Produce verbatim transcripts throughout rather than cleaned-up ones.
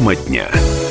Тема дня.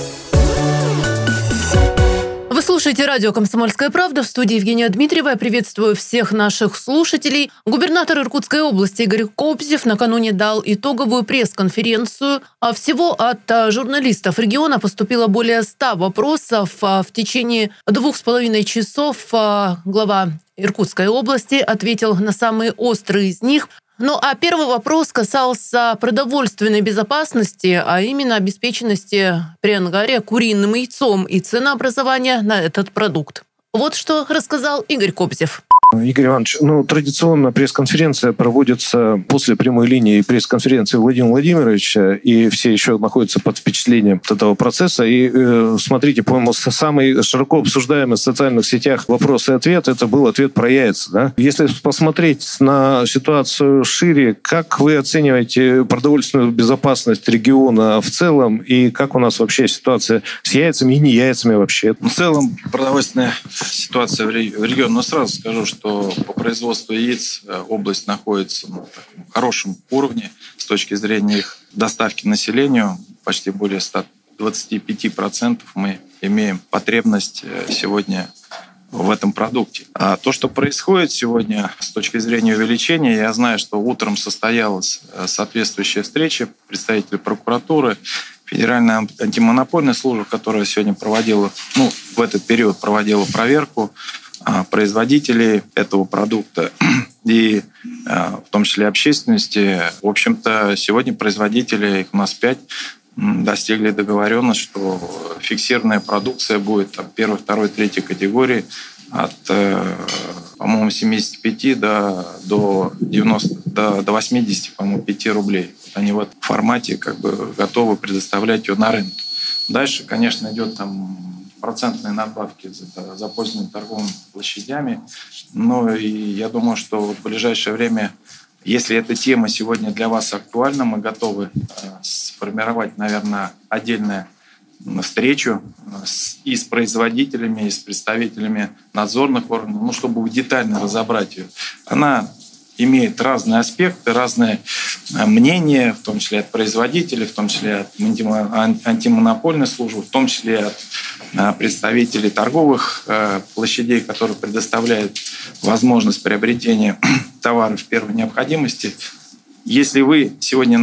Вы слушаете радио «Комсомольская правда», в студии Евгения Дмитриева. Я приветствую всех наших слушателей. Губернатор Иркутской области Игорь Кобзев накануне дал итоговую пресс-конференцию. А всего от журналистов региона поступило более ста вопросов. В течение двух с половиной часов глава Иркутской области ответил на самые острые из них. Ну а первый вопрос касался продовольственной безопасности, а именно обеспеченности при ангаре куриным яйцом и ценообразования на этот продукт. Вот что рассказал Игорь Кобзев. Игорь Иванович, ну, традиционно пресс-конференция проводится после прямой линии пресс-конференции Владимира Владимировича, и все еще находятся под впечатлением этого процесса. И э, смотрите, по-моему, самый широко обсуждаемый в социальных сетях вопрос и ответ, это был ответ про яйца. Да? Если посмотреть на ситуацию шире, как вы оцениваете продовольственную безопасность региона в целом, и как у нас вообще ситуация с яйцами и не яйцами вообще? В целом, продовольственная ситуация в регионе, но сразу скажу, что что по производству яиц область находится на таком хорошем уровне с точки зрения их доставки населению. Почти более ста двадцати пяти процентов мы имеем потребность сегодня в этом продукте. А то, что происходит сегодня с точки зрения увеличения, я знаю, что утром состоялась соответствующая встреча представителей прокуратуры, Федеральная антимонопольная служба, которая сегодня проводила, ну, в этот период проводила проверку производителей этого продукта и в том числе общественности. В общем-то, сегодня производители, их у нас пять, достигли договоренности, что фиксированная продукция будет там, первой, второй, третьей категории от, по-моему, семидесяти пяти до, до, девяноста, до, до восьмидесяти, по-моему, пяти рублей. Они в этом формате как бы готовы предоставлять ее на рынок. Дальше, конечно, идет там процентные надбавки за, за пользование торговыми площадями. Но и я думаю, что в ближайшее время, если эта тема сегодня для вас актуальна, мы готовы сформировать, наверное, отдельную встречу и с производителями, и с представителями надзорных органов, ну, чтобы детально разобрать ее. Она имеет разные аспекты, разные мнения, в том числе от производителей, в том числе от антимонопольной службы, в том числе от представителей торговых площадей, которые предоставляют возможность приобретения товаров первой необходимости. Если вы сегодня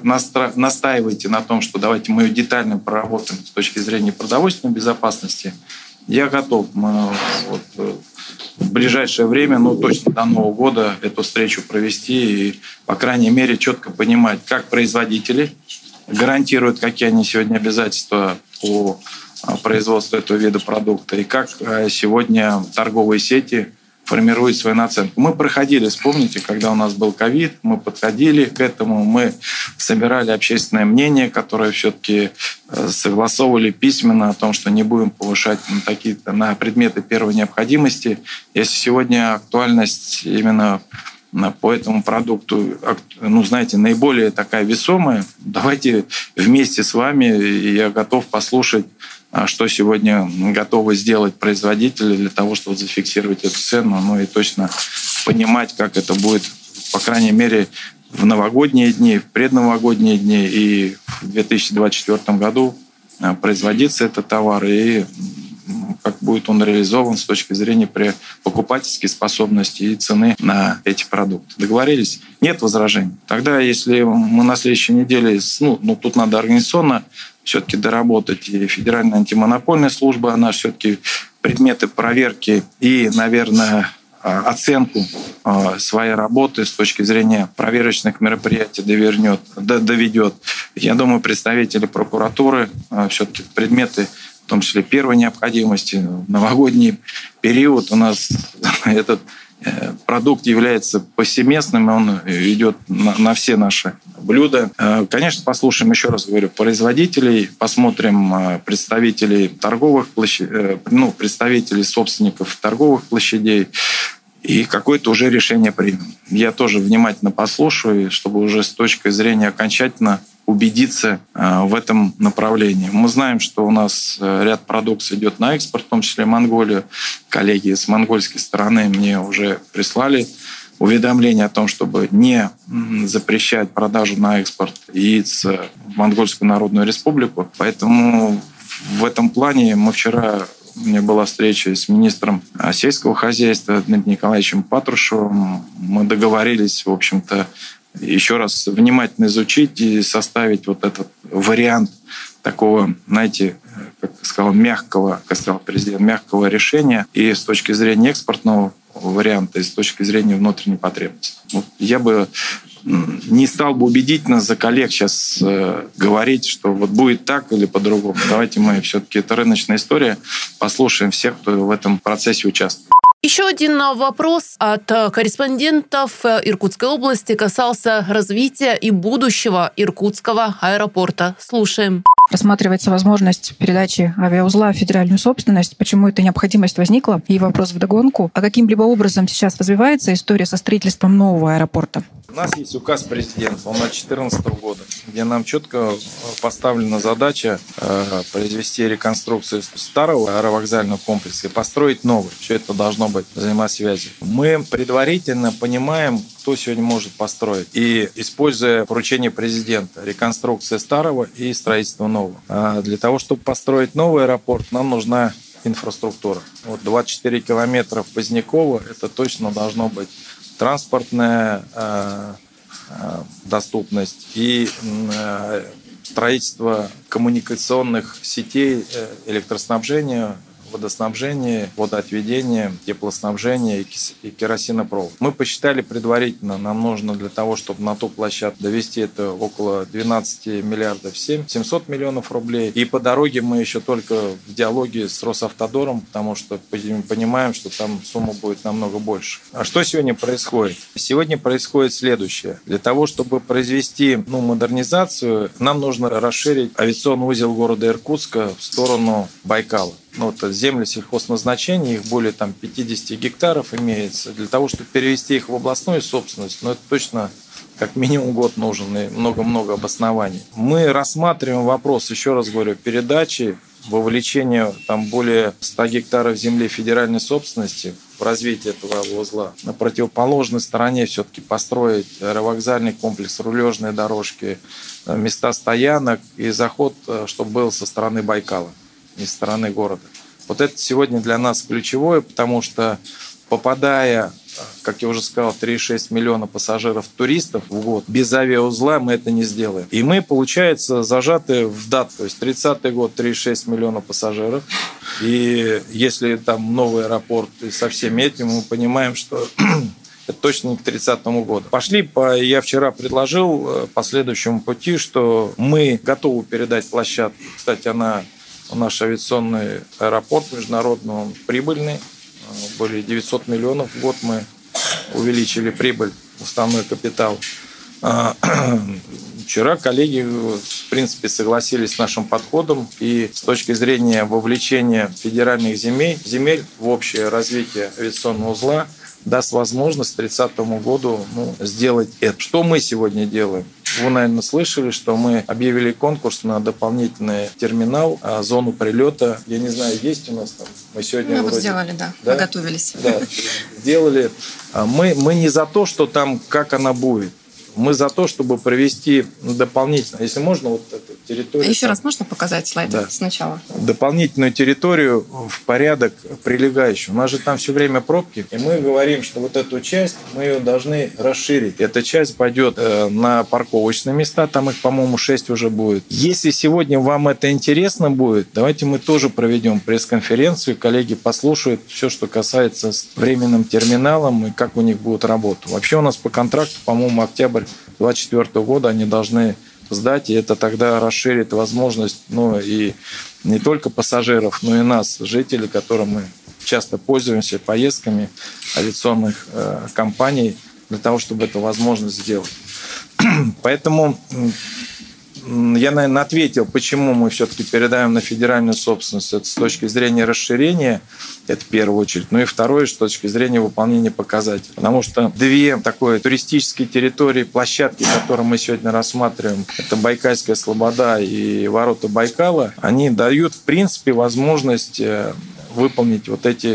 настаиваете на том, что давайте мы ее детально проработаем с точки зрения продовольственной безопасности, я готов. Мы вот в ближайшее время, ну точно до Нового года, эту встречу провести и, по крайней мере, четко понимать, как производители гарантируют, какие они сегодня обязательства по производству этого вида продукта, и как сегодня торговые сети формируют свою наценку. Мы проходили, вспомните, когда у нас был ковид, мы подходили к этому, мы собирали общественное мнение, которое все-таки согласовывали письменно о том, что не будем повышать на, такие, на предметы первой необходимости. Если сегодня актуальность именно по этому продукту, ну, знаете, наиболее такая весомая, давайте вместе с вами, я готов послушать, что сегодня готовы сделать производители для того, чтобы зафиксировать эту цену, ну и точно понимать, как это будет, по крайней мере, в новогодние дни, в предновогодние дни и в две тысячи двадцать четвёртом году производиться этот товар и как будет он реализован с точки зрения покупательской способности и цены на эти продукты. Договорились? Нет возражений? Тогда, если мы на следующей неделе, ну, ну тут надо организационно все-таки доработать, и Федеральная антимонопольная служба, она все-таки предметы проверки и, наверное, оценку своей работы с точки зрения проверочных мероприятий довернет, доведет. Я думаю, представители прокуратуры все-таки предметы, в том числе первой необходимости, в новогодний период у нас этот продукт является повсеместным, он идет на, на все наши блюда. Конечно, послушаем, еще раз говорю, производителей, посмотрим представителей торговых площадей, ну, представителей собственников торговых площадей, и какое-то уже решение примем. Я тоже внимательно послушаю, чтобы уже с точки зрения окончательно убедиться в этом направлении. Мы знаем, что у нас ряд продукций идет на экспорт, в том числе Монголию. Коллеги с монгольской стороны мне уже прислали уведомление о том, чтобы не запрещать продажу на экспорт яиц в Монгольскую Народную Республику. Поэтому в этом плане мы вчера... У меня была встреча с министром сельского хозяйства Дмитрием Николаевичем Патрушевым. Мы договорились, в общем-то, еще раз внимательно изучить и составить вот этот вариант такого, знаете, как сказал, мягкого, как сказал президент, мягкого решения и с точки зрения экспортного варианта, и с точки зрения внутренней потребности. Вот я бы не стал бы убедительно за коллег сейчас э, говорить, что вот будет так или по-другому. Давайте мы все-таки, это рыночная история, послушаем всех, кто в этом процессе участвует. Еще один вопрос от корреспондентов Иркутской области касался развития и будущего Иркутского аэропорта. Слушаем. Рассматривается возможность передачи авиаузла в федеральную собственность. Почему эта необходимость возникла? И вопрос вдогонку. А каким-либо образом сейчас развивается история со строительством нового аэропорта? У нас есть указ президента, он от две тысячи четырнадцатого года, где нам четко поставлена задача э, произвести реконструкцию старого аэровокзального комплекса и построить новый. Все это должно быть взаимосвязи. Мы предварительно понимаем, кто сегодня может построить. И используя поручение президента, реконструкция старого и строительство нового. А для того, чтобы построить новый аэропорт, нам нужна инфраструктура. Вот двадцать четыре километра в Поздняково, это точно должно быть транспортная э, э, доступность и э, строительство коммуникационных сетей э, электроснабжения, водоснабжения, водоотведения, теплоснабжения и керосинопровод. Мы посчитали предварительно, нам нужно для того, чтобы на ту площадку довести это около двенадцать миллиардов семьсот миллионов рублей. И по дороге мы еще только в диалоге с Росавтодором, потому что понимаем, что там сумма будет намного больше. А что сегодня происходит? Сегодня происходит следующее. Для того, чтобы произвести ну, модернизацию, нам нужно расширить авиационный узел города Иркутска в сторону Байкала. Ну, вот земли сельхозназначения, их более там, пятьдесят гектаров имеется. Для того, чтобы перевести их в областную собственность, ну, это точно как минимум год нужен и много-много обоснований. Мы рассматриваем вопрос, еще раз говорю, передачи, вовлечения там, более ста гектаров земли федеральной собственности в развитие этого узла. На противоположной стороне все-таки построить аэровокзальный комплекс, рулежные дорожки, места стоянок и заход, чтобы был со стороны Байкала, не со стороны города. Вот это сегодня для нас ключевое, потому что попадая, как я уже сказал, три и шесть миллиона пассажиров-туристов в год, без авиаузла мы это не сделаем. И мы, получается, зажаты в дату. То есть тридцатый год три и шесть миллиона пассажиров. И если там новый аэропорт и со всеми этим, мы понимаем, что это точно не к тридцатому году. Пошли по, я вчера предложил по следующему пути, что мы готовы передать площадку. Кстати, она, наш авиационный аэропорт международный, он прибыльный. Более девятьсот миллионов в год мы увеличили прибыль, основной капитал. Вчера коллеги, в принципе, согласились с нашим подходом и с точки зрения вовлечения федеральных земель, земель в общее развитие авиационного узла даст возможность к тридцатому году ну, сделать это. Что мы сегодня делаем? Вы, наверное, слышали, что мы объявили конкурс на дополнительный терминал, зону прилета. Я не знаю, есть у нас там? Мы сегодня мы вроде... вот сделали, да, да? Готовились. Да, сделали. Мы, мы не за то, что там, как она будет. Мы за то, чтобы провести дополнительно, если можно, вот эту территорию... Еще там, раз можно показать слайд да. сначала? Дополнительную территорию в порядок прилегающий. У нас же там все время пробки, и мы говорим, что вот эту часть мы ее должны расширить. Эта часть пойдет на парковочные места, там их, по-моему, шесть уже будет. Если сегодня вам это интересно будет, давайте мы тоже проведем пресс-конференцию, коллеги послушают все, что касается с временным терминалом и как у них будет работа. Вообще у нас по контракту, по-моему, октябрь двадцать четвёртого года они должны сдать, и это тогда расширит возможность, ну, и не только пассажиров, но и нас, жителей, которым мы часто пользуемся поездками авиационных э, компаний, для того, чтобы эту возможность сделать. Поэтому я, наверное, ответил, почему мы все-таки передаем на федеральную собственность. Это с точки зрения расширения, это в первую очередь. Ну и второе, с точки зрения выполнения показателей. Потому что две такой туристические территории, площадки, которые мы сегодня рассматриваем, это Байкальская Слобода и ворота Байкала, они дают, в принципе, возможность выполнить вот эти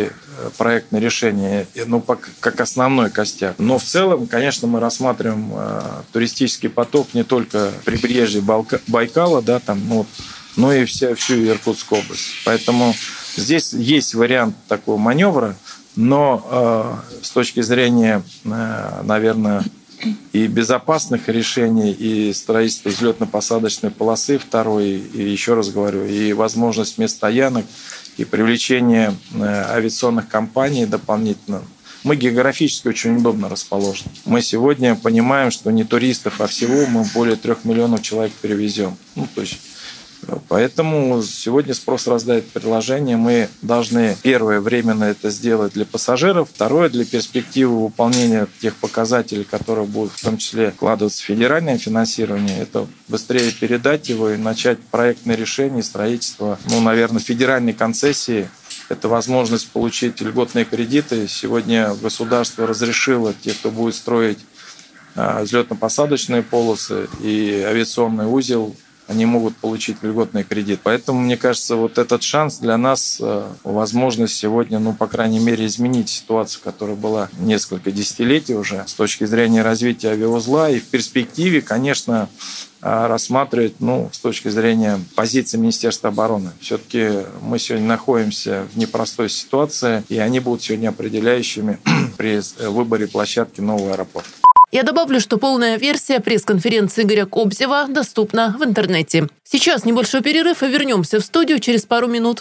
проектное решение, ну, как основной костяк. Но в целом, конечно, мы рассматриваем э, туристический поток не только прибрежье Балка, Байкала, да, там, ну, но и вся, всю Иркутскую область. Поэтому здесь есть вариант такого маневра, но э, с точки зрения, э, наверное, и безопасных решений, и строительства взлетно-посадочной полосы второй, и еще раз говорю, и возможность мест стоянок, и привлечение авиационных компаний дополнительно. Мы географически очень удобно расположены. Мы сегодня понимаем, что не туристов, а всего мы более трех миллионов человек перевезем. Ну, то есть, поэтому сегодня спрос рождает предложение. Мы должны, первое, временно это сделать для пассажиров, второе, для перспективы выполнения тех показателей, которые будут в том числе вкладываться в федеральное финансирование, это быстрее передать его и начать проектное решение, строительство, ну, наверное, федеральной концессии. Это возможность получить льготные кредиты. Сегодня государство разрешило тех, кто будет строить взлетно-посадочные полосы и авиационный узел, они могут получить льготный кредит. Поэтому, мне кажется, вот этот шанс для нас, возможность сегодня, ну, по крайней мере, изменить ситуацию, которая была несколько десятилетий уже с точки зрения развития авиаузла. И в перспективе, конечно, рассматривать, ну, с точки зрения позиции Министерства обороны. Все-таки мы сегодня находимся в непростой ситуации, и они будут сегодня определяющими при выборе площадки нового аэропорта. Я добавлю, что полная версия пресс-конференции Игоря Кобзева доступна в интернете. Сейчас небольшой перерыв и вернемся в студию через пару минут.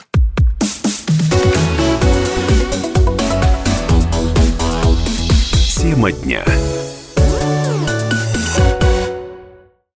Тема дня.